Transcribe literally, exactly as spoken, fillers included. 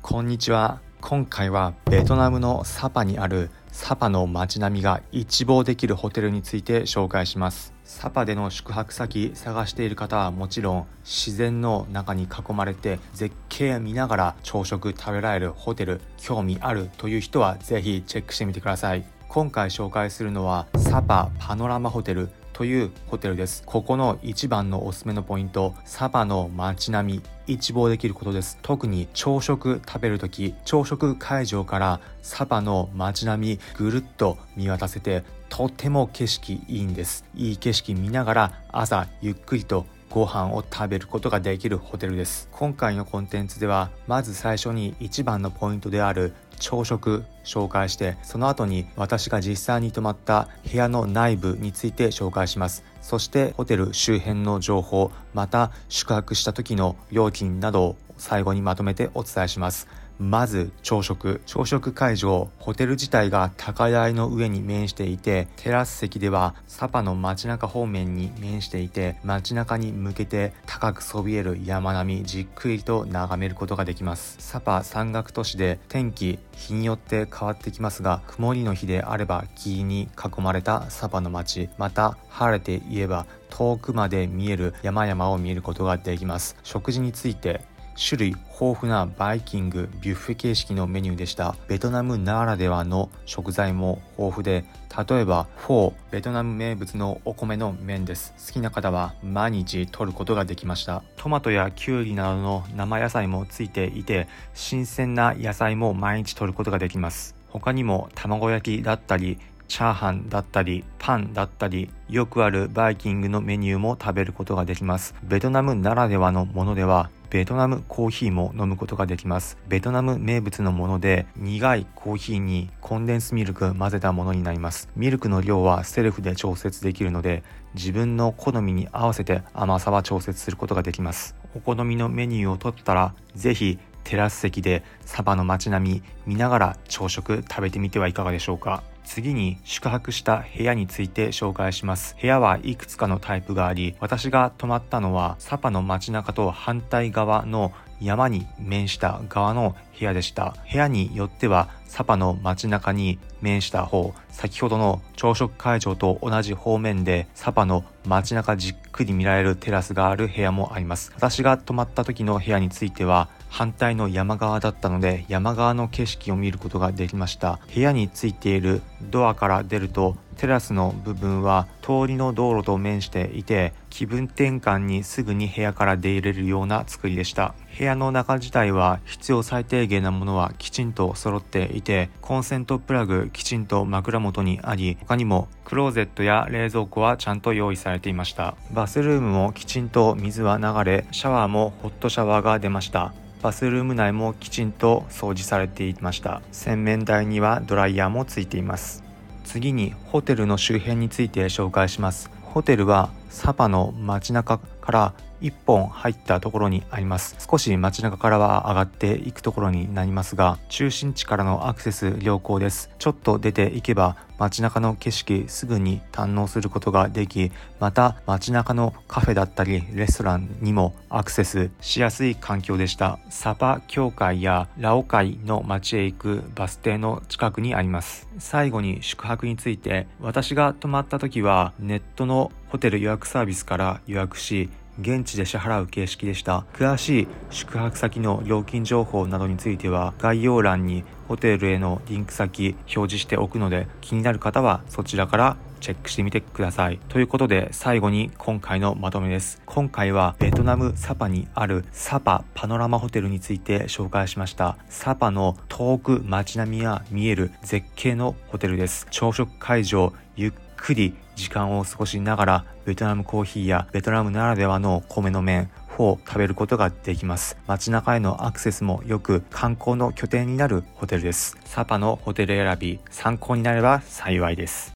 こんにちは。今回はベトナムのサパにあるサパの街並みが一望できるホテルについて紹介します。サパでの宿泊先探している方はもちろん、自然の中に囲まれて絶景見ながら朝食食べられるホテル興味あるという人はぜひチェックしてみてください。今回紹介するのはサパパノラマホテルというホテルです。ここの一番のおすすめのポイント、サパの街並み一望できることです。特に朝食食べるとき、朝食会場からサパの街並みぐるっと見渡せて、とても景色いいんです。いい景色見ながら朝ゆっくりとご飯を食べることができるホテルです。今回のコンテンツでは、まず最初に一番のポイントである朝食紹介して、その後に私が実際に泊まった部屋の内部について紹介します。そしてホテル周辺の情報、また宿泊した時の料金などを最後にまとめてお伝えします。まず朝食。朝食会場、ホテル自体が高台の上に面していて、テラス席ではサパの街中方面に面していて、街中に向けて高くそびえる山並みじっくりと眺めることができます。サパ山岳都市で天気日によって変わってきますが、曇りの日であれば木に囲まれたサパの街、また晴れていれば遠くまで見える山々を見ることができます。食事について、種類豊富なバイキングビュッフェ形式のメニューでした。ベトナムならではの食材も豊富で、例えばフォー、ベトナム名物のお米の麺です。好きな方は毎日取ることができました。トマトやキュウリなどの生野菜もついていて、新鮮な野菜も毎日取ることができます。他にも卵焼きだったりチャーハンだったりパンだったり、よくあるバイキングのメニューも食べることができます。ベトナムならではのものではベトナムコーヒーも飲むことができます。ベトナム名物のもので、苦いコーヒーにコンデンスミルク混ぜたものになります。ミルクの量はセルフで調節できるので、自分の好みに合わせて甘さは調節することができます。お好みのメニューを取ったら、ぜひテラス席でサパの街並み見ながら朝食食べてみてはいかがでしょうか。次に宿泊した部屋について紹介します。部屋はいくつかのタイプがあり、私が泊まったのはサパの街中と反対側の山に面した側の部屋でした。部屋によってはサパの街中に面した方、先ほどの朝食会場と同じ方面でサパの街中じっくり見られるテラスがある部屋もあります。私が泊まった時の部屋については反対の山側だったので、山側の景色を見ることができました。部屋についているドアから出ると、テラスの部分は通りの道路と面していて、気分転換にすぐに部屋から出入れるような作りでした。部屋の中自体は必要最低限なものはきちんと揃っていて、コンセントプラグきちんと枕元にあり、他にもクローゼットや冷蔵庫はちゃんと用意されていました。バスルームもきちんと水は流れ、シャワーもホットシャワーが出ました。バスルーム内もきちんと掃除されていました。洗面台にはドライヤーもついています。次にホテルの周辺について紹介します。ホテルはサパの街中から一本入ったところにあります。少し街中からは上がっていくところになりますが、中心地からのアクセス良好です。ちょっと出ていけば街中の景色すぐに堪能することができ、また街中のカフェだったりレストランにもアクセスしやすい環境でした。サパ教会やラオ会の街へ行くバス停の近くにあります。最後に宿泊について、私が泊まった時はネットのホテル予約サービスから予約し、現地で支払う形式でした。詳しい宿泊先の料金情報などについては概要欄にホテルへのリンク先表示しておくので、気になる方はそちらからチェックしてみてください。ということで、最後に今回のまとめです。今回はベトナムサパにあるサパパノラマホテルについて紹介しました。サパの遠く街並みが見える絶景のホテルです。朝食会場、ゆっくり時間を過ごしながらベトナムコーヒーやベトナムならではの米の麺、フォーを食べることができます。街中へのアクセスもよく、観光の拠点になるホテルです。サパのホテル選び、参考になれば幸いです。